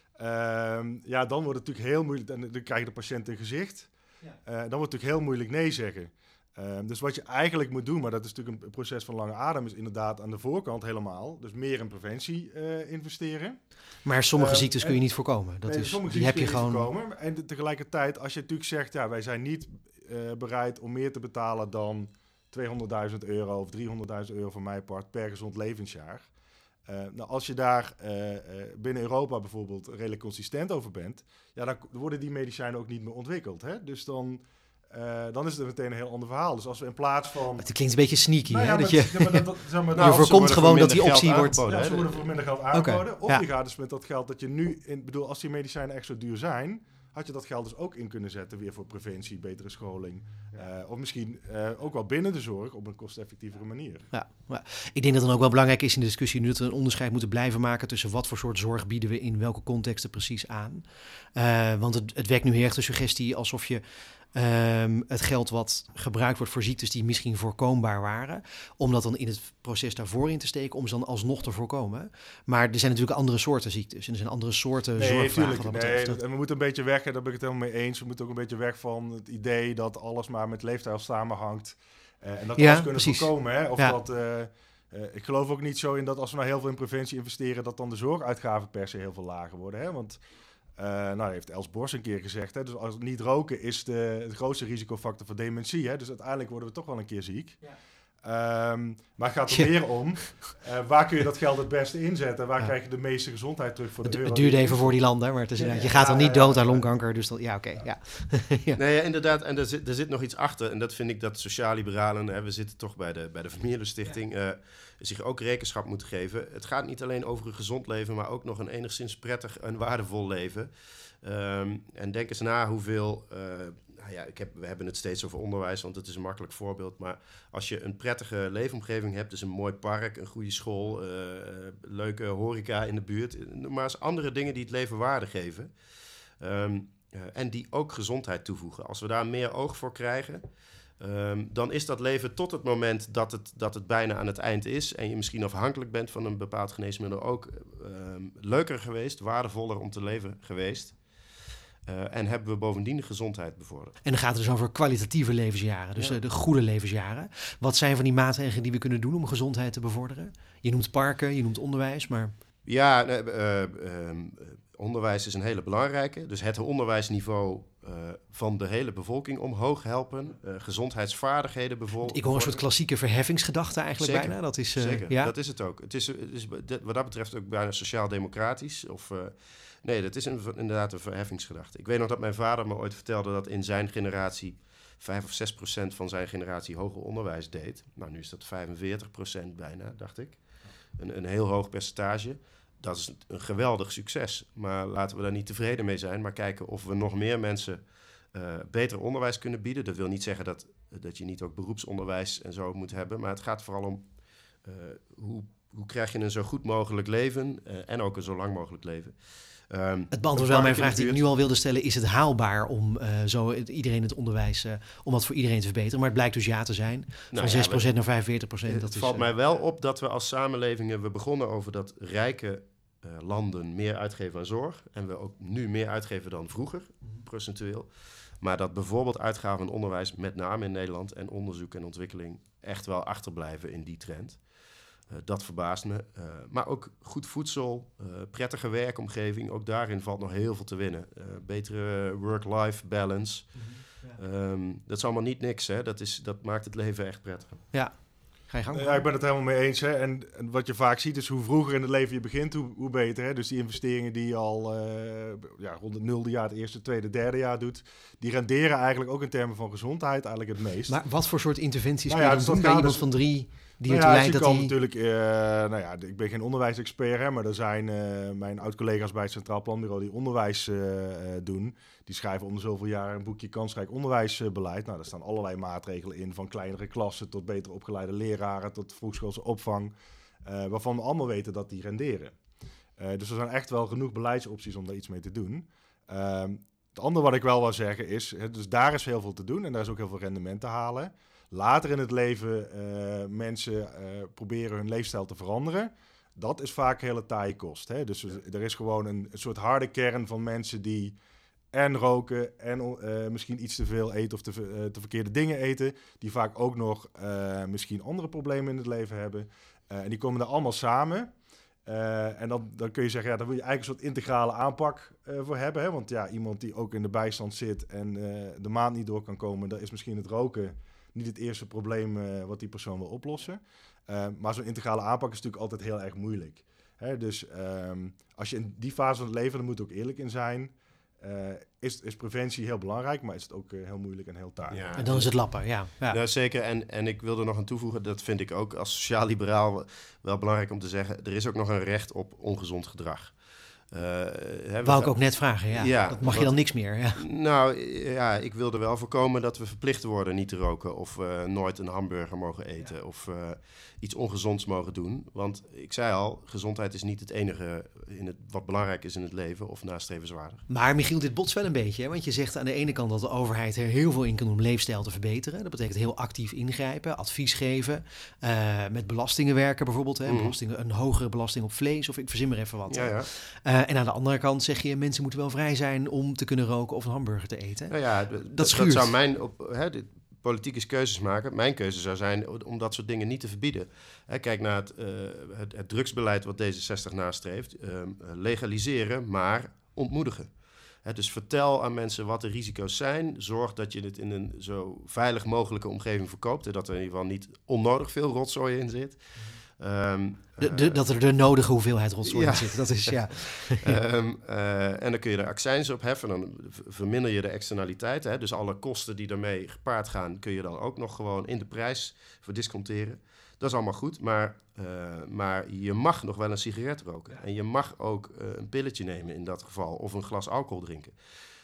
dan wordt het natuurlijk heel moeilijk. En dan krijg je de patiënt in gezicht. Dan wordt het natuurlijk heel moeilijk nee zeggen. Dus wat je eigenlijk moet doen, maar dat is natuurlijk een proces van lange adem, is inderdaad aan de voorkant helemaal. Dus meer in preventie investeren. Maar sommige ziektes kun je niet voorkomen. Die heb je gewoon. Voorkomen. En tegelijkertijd, als je natuurlijk zegt, wij zijn niet bereid om meer te betalen dan €200.000 of €300.000 voor mijn part per gezond levensjaar. Als je daar binnen Europa bijvoorbeeld redelijk consistent over bent, dan worden die medicijnen ook niet meer ontwikkeld. Hè? Dus dan is het meteen een heel ander verhaal. Dus als we in plaats van... Het klinkt een beetje sneaky, hè? Je voorkomt gewoon dat die optie wordt... Ja, ze worden voor minder geld aangeboden. Okay. Of je gaat dus met dat geld dat je nu... als die medicijnen echt zo duur zijn, had je dat geld dus ook in kunnen zetten weer voor preventie, betere scholing. Of misschien ook wel binnen de zorg op een kosteffectievere manier. Ja. Ik denk dat het dan ook wel belangrijk is in de discussie nu dat we een onderscheid moeten blijven maken tussen wat voor soort zorg bieden we in welke contexten precies aan. Want het wekt nu heel erg de suggestie alsof je het geld wat gebruikt wordt voor ziektes die misschien voorkombaar waren, om dat dan in het proces daarvoor in te steken, om ze dan alsnog te voorkomen. Maar er zijn natuurlijk andere soorten ziektes en er zijn andere soorten zorgvragen wat dat betreft. En we moeten een beetje weg, en daar ben ik het helemaal mee eens, we moeten ook een beetje weg van het idee dat alles maar met leefstijl samenhangt en dat alles kunnen voorkomen. Hè? Ik geloof ook niet zo in dat als we nou heel veel in preventie investeren, dat dan de zorguitgaven per se heel veel lager worden. Hè? Want heeft Els Borst een keer gezegd, hè, dus als niet roken is de grootste risicofactor voor dementie. Hè, dus uiteindelijk worden we toch wel een keer ziek. Ja. Maar het gaat er meer om, waar kun je dat geld het beste inzetten? Waar krijg je de meeste gezondheid terug voor de euro? Het duurde even voor die landen, maar het is je gaat dan niet dood aan longkanker. Dus dat, Nee, inderdaad. En er zit nog iets achter. En dat vind ik dat sociaal-liberalen, we zitten toch bij de Vermeerder-stichting, zich ook rekenschap moeten geven. Het gaat niet alleen over een gezond leven, maar ook nog een enigszins prettig en waardevol leven. En denk eens na hoeveel... we hebben het steeds over onderwijs, want het is een makkelijk voorbeeld. Maar als je een prettige leefomgeving hebt, dus een mooi park, een goede school, leuke horeca in de buurt, maar eens andere dingen die het leven waarde geven. En die ook gezondheid toevoegen. Als we daar meer oog voor krijgen, dan is dat leven tot het moment dat het bijna aan het eind is en je misschien afhankelijk bent van een bepaald geneesmiddel ook leuker geweest, waardevoller om te leven geweest. En hebben we bovendien de gezondheid bevorderd. En dan gaat het dus over kwalitatieve levensjaren, dus de goede levensjaren. Wat zijn van die maatregelen die we kunnen doen om gezondheid te bevorderen? Je noemt parken, je noemt onderwijs, maar... Ja, onderwijs is een hele belangrijke. Dus het onderwijsniveau van de hele bevolking omhoog helpen. Gezondheidsvaardigheden bijvoorbeeld. Ik hoor een soort klassieke verheffingsgedachte eigenlijk zeker, bijna. Dat is, zeker, dat is het ook. Het is wat dat betreft ook bijna sociaal-democratisch. Nee, dat is inderdaad een verheffingsgedachte. Ik weet nog dat mijn vader me ooit vertelde dat in zijn generatie 5 of 6% van zijn generatie hoger onderwijs deed. Nou, nu is dat 45% bijna, dacht ik. Een heel hoog percentage. Dat is een geweldig succes. Maar laten we daar niet tevreden mee zijn, maar kijken of we nog meer mensen beter onderwijs kunnen bieden. Dat wil niet zeggen dat je niet ook beroepsonderwijs en zo moet hebben, maar het gaat vooral om hoe krijg je een zo goed mogelijk leven en ook een zo lang mogelijk leven. Het beantwoordt wel mijn vraag die ik nu al wilde stellen. Is het haalbaar om iedereen het onderwijs, om dat voor iedereen te verbeteren? Maar het blijkt dus ja te zijn. Van 6% naar 45%. Het valt mij wel op dat we als samenlevingen... We begonnen over dat rijke landen meer uitgeven aan zorg. En we ook nu meer uitgeven dan vroeger, procentueel. Maar dat bijvoorbeeld uitgaven aan onderwijs, met name in Nederland... en onderzoek en ontwikkeling echt wel achterblijven in die trend. Dat verbaast me. Maar ook goed voedsel, prettige werkomgeving. Ook daarin valt nog heel veel te winnen. Betere work-life balance. Dat is allemaal niet niks. Hè? Dat maakt het leven echt prettiger. Ja, ga je gang. Ja, ik ben het helemaal mee eens. Hè? En wat je vaak ziet is hoe vroeger in het leven je begint, hoe beter. Hè? Dus die investeringen die je al rond het 0e jaar, het eerste, tweede, derde jaar doet, die renderen eigenlijk ook in termen van gezondheid eigenlijk het meest. Maar wat voor soort interventies kun je dan doen bij iemand van 3... Die natuurlijk, ik ben geen onderwijsexpert, hè, maar er zijn mijn oud-collega's bij het Centraal Planbureau die onderwijs doen. Die schrijven om de zoveel jaar een boekje kansrijk onderwijsbeleid. Nou, daar staan allerlei maatregelen in, van kleinere klassen tot beter opgeleide leraren, tot vroegschoolse opvang, waarvan we allemaal weten dat die renderen. Dus er zijn echt wel genoeg beleidsopties om daar iets mee te doen. Het andere wat ik wel wil zeggen is, dus daar is heel veel te doen en daar is ook heel veel rendement te halen. later in het leven mensen proberen hun leefstijl te veranderen. Dat is vaak hele taaie kost. Hè? Dus er is gewoon een soort harde kern van mensen die en roken en misschien iets te veel eten of te verkeerde dingen eten. Die vaak ook nog misschien andere problemen in het leven hebben. En die komen daar allemaal samen. En dan kun je zeggen, daar wil je eigenlijk een soort integrale aanpak voor hebben. Hè? Want ja, iemand die ook in de bijstand zit en de maand niet door kan komen, dan is misschien het roken niet het eerste probleem wat die persoon wil oplossen. Maar zo'n integrale aanpak is natuurlijk altijd heel erg moeilijk. Hè? Dus als je in die fase van het leven, daar moet ook eerlijk in zijn, is preventie heel belangrijk, maar is het ook heel moeilijk en heel taai. Ja, en dan is het lappen, ja. Ja, zeker. En ik wil er nog aan toevoegen, dat vind ik ook als sociaal-liberaal wel belangrijk om te zeggen, er is ook nog een recht op ongezond gedrag. Wou ik ook net vragen, ja. Dat mag je dan niks meer. Ja. Nou, ja, ik wilde wel voorkomen dat we verplicht worden niet te roken of nooit een hamburger mogen eten of iets ongezonds mogen doen. Want ik zei al, gezondheid is niet het enige wat belangrijk is in het leven of nastrevenswaardig. Maar Michiel, dit botst wel een beetje, hè? Want je zegt aan de ene kant dat de overheid er heel veel in kan doen om leefstijl te verbeteren. Dat betekent heel actief ingrijpen, advies geven, met belastingen werken bijvoorbeeld. Hè? Een hogere belasting op vlees of ik verzin maar even wat. Ja. En aan de andere kant zeg je, mensen moeten wel vrij zijn om te kunnen roken of een hamburger te eten. Nou ja, dat zou mijn politieke keuzes maken. Mijn keuze zou zijn om dat soort dingen niet te verbieden. Kijk naar het drugsbeleid wat D66 nastreeft. Legaliseren, maar ontmoedigen. Dus vertel aan mensen wat de risico's zijn. Zorg dat je het in een zo veilig mogelijke omgeving verkoopt. En dat er in ieder geval niet onnodig veel rotzooi in zit. Dat er de nodige hoeveelheid rotzooi in zit. Dat is, ja. En dan kun je er accijns op heffen. Dan verminder je de externaliteit. Hè? Dus alle kosten die daarmee gepaard gaan, kun je dan ook nog gewoon in de prijs verdisconteren. Dat is allemaal goed, maar je mag nog wel een sigaret roken. Ja. En je mag ook een pilletje nemen in dat geval. Of een glas alcohol drinken.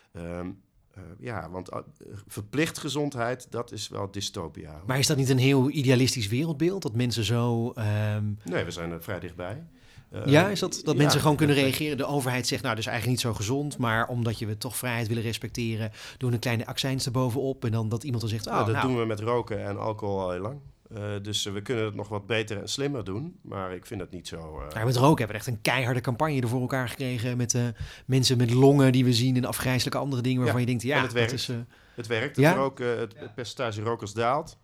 Want verplicht gezondheid, dat is wel dystopia. Maar is dat niet een heel idealistisch wereldbeeld? Dat mensen zo... Nee, we zijn er vrij dichtbij. Is dat mensen gewoon kunnen reageren? De overheid zegt, nou, dat is eigenlijk niet zo gezond, maar omdat we toch vrijheid willen respecteren, doen een kleine accijns erbovenop en dan dat iemand dan zegt... dat doen we met roken en alcohol al heel lang. Dus we kunnen het nog wat beter en slimmer doen, maar ik vind het niet zo... Met roken hebben we echt een keiharde campagne er voor elkaar gekregen met mensen met longen die we zien en afgrijzelijke andere dingen waarvan je denkt, ja, het werkt. Dat is, het werkt. Het percentage rokers daalt.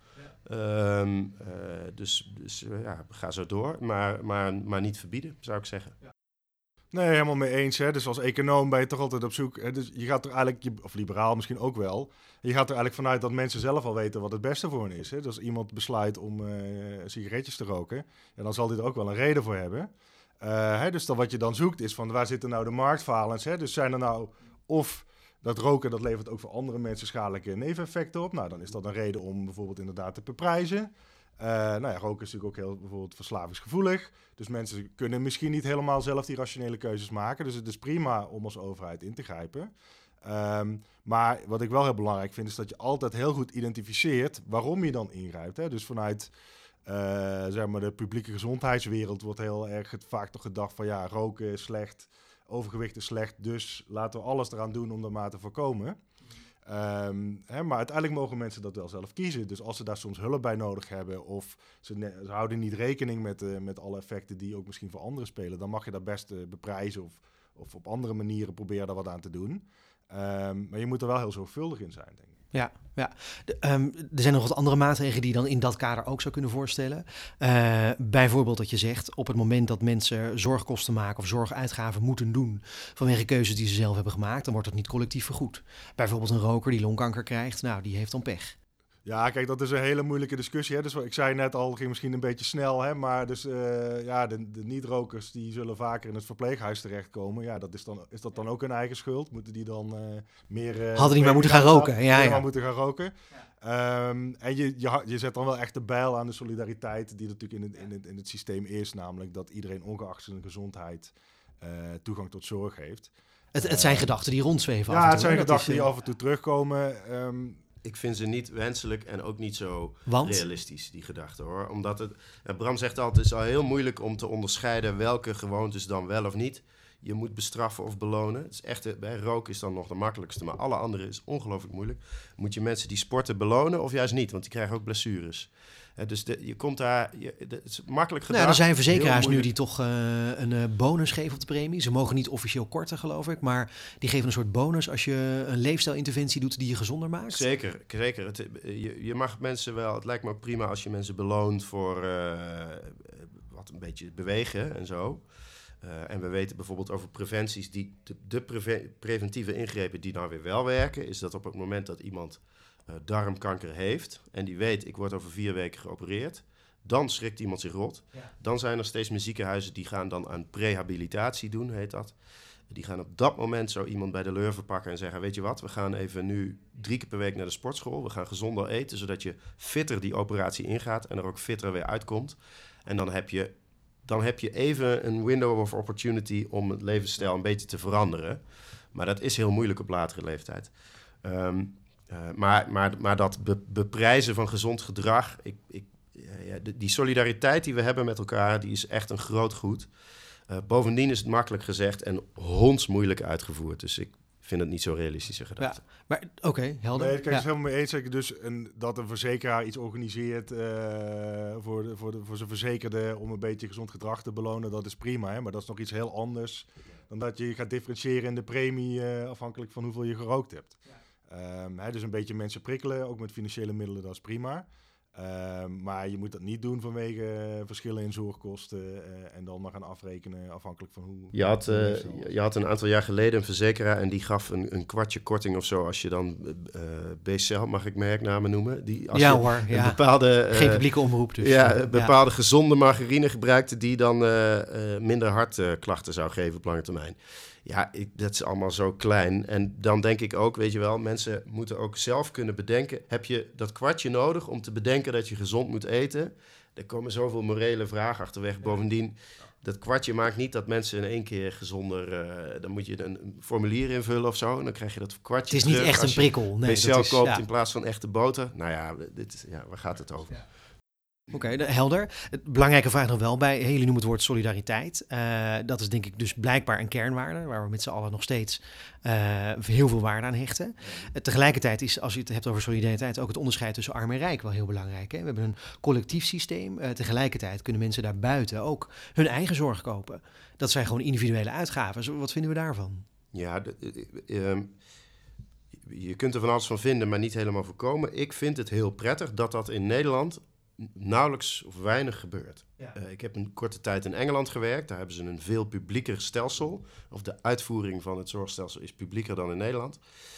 Dus ga zo door, maar niet verbieden, zou ik zeggen. Ja. Nee, helemaal mee eens. Hè? Dus als econoom ben je toch altijd op zoek. Hè? Dus je gaat er eigenlijk, of liberaal misschien ook wel, je gaat er eigenlijk vanuit dat mensen zelf al weten wat het beste voor hen is. Hè? Dus als iemand besluit om sigaretjes te roken, dan zal hij er ook wel een reden voor hebben. Dus dan wat je dan zoekt is van waar zitten nou de marktfalens? Hè? Dus zijn er nou of dat roken, dat levert ook voor andere mensen schadelijke neveneffecten op. Nou, dan is dat een reden om bijvoorbeeld inderdaad te beprijzen. Roken is natuurlijk ook heel bijvoorbeeld verslavingsgevoelig. Dus mensen kunnen misschien niet helemaal zelf die rationele keuzes maken. Dus het is prima om als overheid in te grijpen. Maar wat ik wel heel belangrijk vind, is dat je altijd heel goed identificeert waarom je dan ingrijpt. Hè? Dus vanuit de publieke gezondheidswereld wordt heel erg vaak toch gedacht van ja, roken is slecht, overgewicht is slecht, dus laten we alles eraan doen om dat maar te voorkomen. Maar uiteindelijk mogen mensen dat wel zelf kiezen. Dus als ze daar soms hulp bij nodig hebben of ze houden niet rekening met alle effecten die ook misschien voor anderen spelen, dan mag je dat best beprijzen of op andere manieren proberen daar wat aan te doen. Maar je moet er wel heel zorgvuldig in zijn, denk ik. Ja. Er zijn nog wat andere maatregelen die je dan in dat kader ook zou kunnen voorstellen. Bijvoorbeeld dat je zegt, op het moment dat mensen zorgkosten maken of zorguitgaven moeten doen vanwege keuzes die ze zelf hebben gemaakt, dan wordt dat niet collectief vergoed. Bijvoorbeeld een roker die longkanker krijgt, nou, die heeft dan pech. Ja, kijk, dat is een hele moeilijke discussie. Hè? Dus ik zei net al, ging misschien een beetje snel, hè? Maar dus de niet-rokers die zullen vaker in het verpleeghuis terechtkomen. Ja, is dat dan ook hun eigen schuld? Moeten die dan meer... Hadden die maar moeten gaan roken. Maar moeten gaan roken. Ja. En je zet dan wel echt de bijl aan de solidariteit die natuurlijk in het systeem is. Namelijk dat iedereen ongeacht zijn gezondheid toegang tot zorg heeft. Het zijn gedachten die rondzweven. Ja, het zijn gedachten die af en toe terugkomen. Ik vind ze niet wenselijk en ook niet zo realistisch, die gedachten, hoor. Omdat Bram zegt altijd, het is al heel moeilijk om te onderscheiden welke gewoontes dan wel of niet je moet bestraffen of belonen. Het is echt, bij roken is dan nog de makkelijkste, maar alle andere is ongelooflijk moeilijk. Moet je mensen die sporten belonen of juist niet? Want die krijgen ook blessures. Dus je komt daar... het is makkelijk gedrag. Nou, er zijn verzekeraars nu die toch een bonus geven op de premie. Ze mogen niet officieel korten, geloof ik. Maar die geven een soort bonus als je een leefstijlinterventie doet die je gezonder maakt. Zeker. Je mag mensen wel... Het lijkt me ook prima als je mensen beloont voor wat een beetje bewegen en zo. En we weten bijvoorbeeld over preventies... De preventieve ingrepen die nou weer wel werken... is dat op het moment dat iemand... darmkanker heeft en die weet, ik word over 4 weken geopereerd, dan schrikt iemand zich rot. Ja. Dan zijn er steeds meer ziekenhuizen die gaan dan aan prehabilitatie doen, heet dat. Die gaan op dat moment zo iemand bij de lurven pakken en zeggen, weet je wat, we gaan even nu 3 keer per week naar de sportschool, we gaan gezonder eten, zodat je fitter die operatie ingaat en er ook fitter weer uitkomt. En dan heb je even een window of opportunity om het levensstijl een beetje te veranderen. Maar dat is heel moeilijk op latere leeftijd. Maar dat beprijzen van gezond gedrag... die solidariteit die we hebben met elkaar... die is echt een groot goed. Bovendien is het makkelijk gezegd... en hondsmoeilijk uitgevoerd. Dus ik vind het niet zo realistische gedachte. Ja, maar oké, helder. Nee, ik ben het helemaal mee eens. Dus dat een verzekeraar iets organiseert... voor zijn verzekerde... om een beetje gezond gedrag te belonen... dat is prima, hè? Maar dat is nog iets heel anders... dan dat je gaat differentiëren in de premie... afhankelijk van hoeveel je gerookt hebt. Dus een beetje mensen prikkelen, ook met financiële middelen, dat is prima. Maar je moet dat niet doen vanwege verschillen in zorgkosten en dan maar gaan afrekenen afhankelijk van hoe... Je had een aantal jaar geleden een verzekeraar en die gaf een kwartje korting of zo als je dan BCL, mag ik merknamen noemen? Geen publieke omroep dus. Ja, bepaalde gezonde margarine gebruikte die dan minder hartklachten zou geven op lange termijn. Ja, dat is allemaal zo klein. En dan denk ik ook, weet je wel, mensen moeten ook zelf kunnen bedenken. Heb je dat kwartje nodig om te bedenken dat je gezond moet eten? Er komen zoveel morele vragen achterweg. Bovendien, dat kwartje maakt niet dat mensen in één keer gezonder... dan moet je een formulier invullen of zo. En dan krijg je dat kwartje terug. Het is niet echt een prikkel. Nee, BCL koopt in plaats van echte boter. Nou ja, waar gaat het over? Ja. Oké, helder. Belangrijke vraag nog wel bij. Jullie noemen het woord solidariteit. Dat is denk ik dus blijkbaar een kernwaarde... waar we met z'n allen nog steeds heel veel waarde aan hechten. Tegelijkertijd is, als je het hebt over solidariteit... ook het onderscheid tussen arm en rijk wel heel belangrijk. Hè? We hebben een collectief systeem. Tegelijkertijd kunnen mensen daarbuiten ook hun eigen zorg kopen. Dat zijn gewoon individuele uitgaven. Wat vinden we daarvan? Ja, je kunt er van alles van vinden, maar niet helemaal voorkomen. Ik vind het heel prettig dat in Nederland... nauwelijks of weinig gebeurt. Ja. Ik heb een korte tijd in Engeland gewerkt. Daar hebben ze een veel publieker stelsel. Of de uitvoering van het zorgstelsel is publieker dan in Nederland.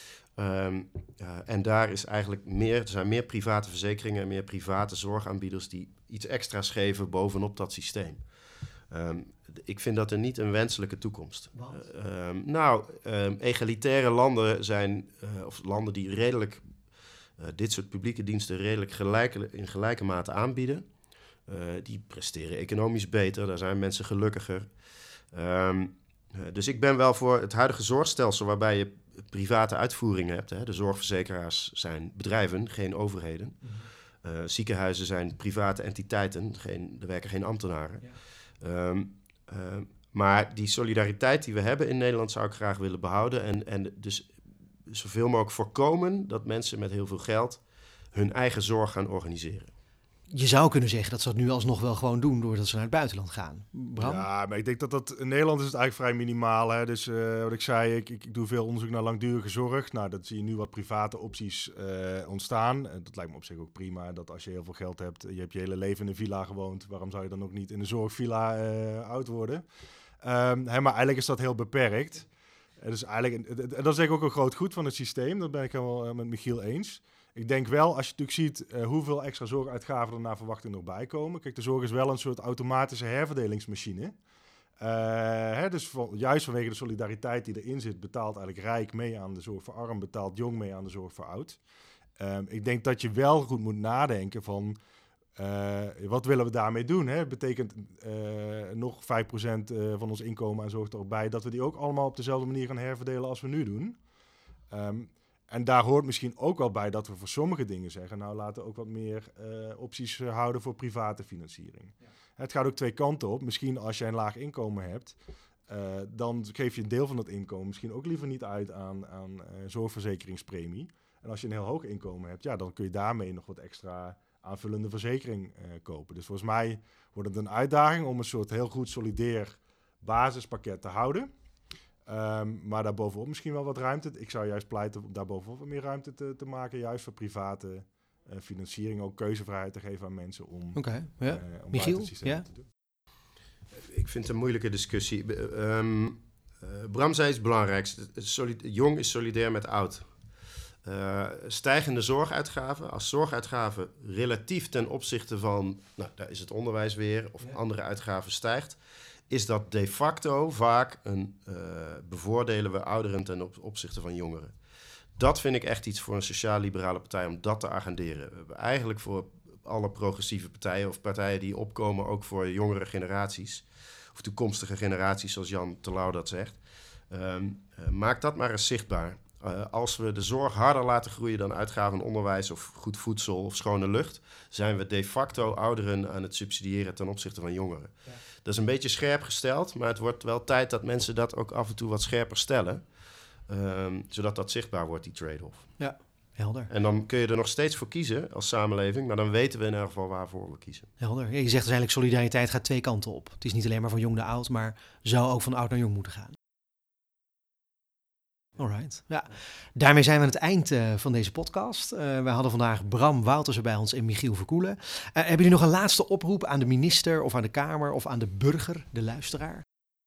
En daar is eigenlijk er zijn meer private verzekeringen en meer private zorgaanbieders die iets extra's geven bovenop dat systeem. Ik vind dat niet een wenselijke toekomst. Egalitaire landen zijn, of landen die redelijk... dit soort publieke diensten redelijk in gelijke mate aanbieden. Die presteren economisch beter, daar zijn mensen gelukkiger. Dus ik ben wel voor het huidige zorgstelsel waarbij je private uitvoeringen hebt. Hè. De zorgverzekeraars zijn bedrijven, geen overheden. Mm-hmm. Ziekenhuizen zijn private entiteiten, er werken geen ambtenaren. Ja. Maar die solidariteit die we hebben in Nederland zou ik graag willen behouden. En dus zoveel mogelijk voorkomen dat mensen met heel veel geld hun eigen zorg gaan organiseren. Je zou kunnen zeggen dat ze dat nu alsnog wel gewoon doen doordat ze naar het buitenland gaan. Bram? Ja, maar ik denk dat in Nederland is het eigenlijk vrij minimaal. Hè? Dus wat ik zei, ik doe veel onderzoek naar langdurige zorg. Nou, dat zie je nu wat private opties ontstaan. Dat lijkt me op zich ook prima. Dat als je heel veel geld hebt, je hebt je hele leven in een villa gewoond. Waarom zou je dan ook niet in een zorgvilla oud worden? Maar eigenlijk is dat heel beperkt. Dus eigenlijk, en dat is eigenlijk ook een groot goed van het systeem. Dat ben ik helemaal met Michiel eens. Ik denk wel, als je natuurlijk ziet hoeveel extra zorguitgaven er naar verwachting nog bij komen. Kijk, de zorg is wel een soort automatische herverdelingsmachine. Dus juist vanwege de solidariteit die erin zit, betaalt eigenlijk rijk mee aan de zorg voor arm, betaalt jong mee aan de zorg voor oud. Ik denk dat je wel goed moet nadenken van... wat willen we daarmee doen? Hè? Het betekent nog 5% van ons inkomen aan zorgt erop bij... dat we die ook allemaal op dezelfde manier gaan herverdelen als we nu doen. En daar hoort misschien ook wel bij dat we voor sommige dingen zeggen... nou, laten we ook wat meer opties houden voor private financiering. Ja. Het gaat ook twee kanten op. Misschien als je een laag inkomen hebt... dan geef je een deel van dat inkomen misschien ook liever niet uit aan zorgverzekeringspremie. En als je een heel hoog inkomen hebt, dan kun je daarmee nog wat extra aanvullende verzekering kopen. Dus volgens mij wordt het een uitdaging om een soort heel goed solidair basispakket te houden. Maar daarbovenop misschien wel wat ruimte. Ik zou juist pleiten om daarbovenop wat meer ruimte te maken, juist voor private financiering, ook keuzevrijheid te geven aan mensen om Michiel, het systeem te doen. Ik vind het een moeilijke discussie. Bram zei iets belangrijks. Jong is solidair met oud. Stijgende zorguitgaven. Als zorguitgaven relatief ten opzichte van, daar is het onderwijs weer, of andere uitgaven stijgt, is dat de facto vaak bevoordelen we ouderen ten opzichte van jongeren. Dat vind ik echt iets voor een sociaal-liberale partij om dat te agenderen. We hebben eigenlijk voor alle progressieve partijen of partijen die opkomen, ook voor jongere generaties of toekomstige generaties, zoals Jan Terlouw dat zegt. Maak dat maar eens zichtbaar. Als we de zorg harder laten groeien dan uitgaven aan onderwijs of goed voedsel of schone lucht, zijn we de facto ouderen aan het subsidiëren ten opzichte van jongeren. Ja. Dat is een beetje scherp gesteld, maar het wordt wel tijd dat mensen dat ook af en toe wat scherper stellen. Zodat dat zichtbaar wordt, die trade-off. Ja, helder. En dan kun je er nog steeds voor kiezen als samenleving, maar dan weten we in ieder geval waarvoor we kiezen. Helder. Ja, je zegt dus eigenlijk solidariteit gaat twee kanten op. Het is niet alleen maar van jong naar oud, maar zou ook van oud naar jong moeten gaan. Alright. Ja, daarmee zijn we aan het eind van deze podcast. We hadden vandaag Bram Wouters bij ons en Michiel Verkoelen. Hebben jullie nog een laatste oproep aan de minister of aan de Kamer of aan de burger, de luisteraar?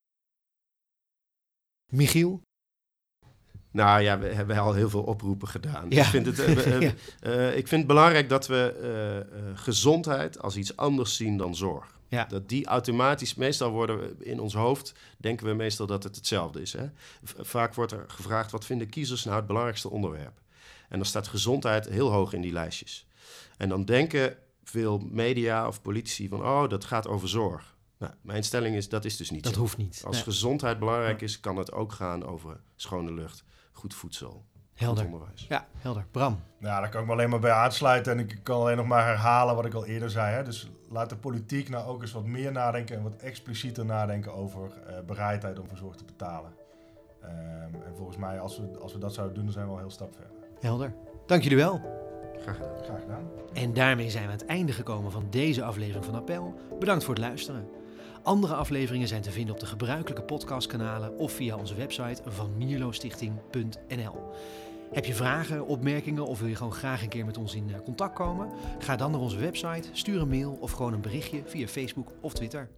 Michiel? Nou ja, we hebben al heel veel oproepen gedaan. Ja. Ik vind het belangrijk dat we gezondheid als iets anders zien dan zorg. Ja. Dat die automatisch, meestal worden we in ons hoofd, denken we meestal dat het hetzelfde is. Hè? Vaak wordt er gevraagd, wat vinden kiezers nou het belangrijkste onderwerp? En dan staat gezondheid heel hoog in die lijstjes. En dan denken veel media of politici van, dat gaat over zorg. Nou, mijn stelling is, dat is dus niet zo. Dat hoeft niet. Als gezondheid belangrijk is, kan het ook gaan over schone lucht, goed voedsel, helder. goed onderwijs. Ja, helder. Bram? Nou, daar kan ik me alleen maar bij aansluiten. En ik kan alleen nog maar herhalen wat ik al eerder zei. Hè? Dus laat de politiek nou ook eens wat meer nadenken en wat explicieter nadenken over bereidheid om voor zorg te betalen. En volgens mij, als we dat zouden doen, dan zijn we al heel stap verder. Helder. Dank jullie wel. Graag gedaan. En daarmee zijn we aan het einde gekomen van deze aflevering van Appel. Bedankt voor het luisteren. Andere afleveringen zijn te vinden op de gebruikelijke podcastkanalen of via onze website van mierlostichting.nl. Heb je vragen, opmerkingen of wil je gewoon graag een keer met ons in contact komen? Ga dan naar onze website, stuur een mail of gewoon een berichtje via Facebook of Twitter.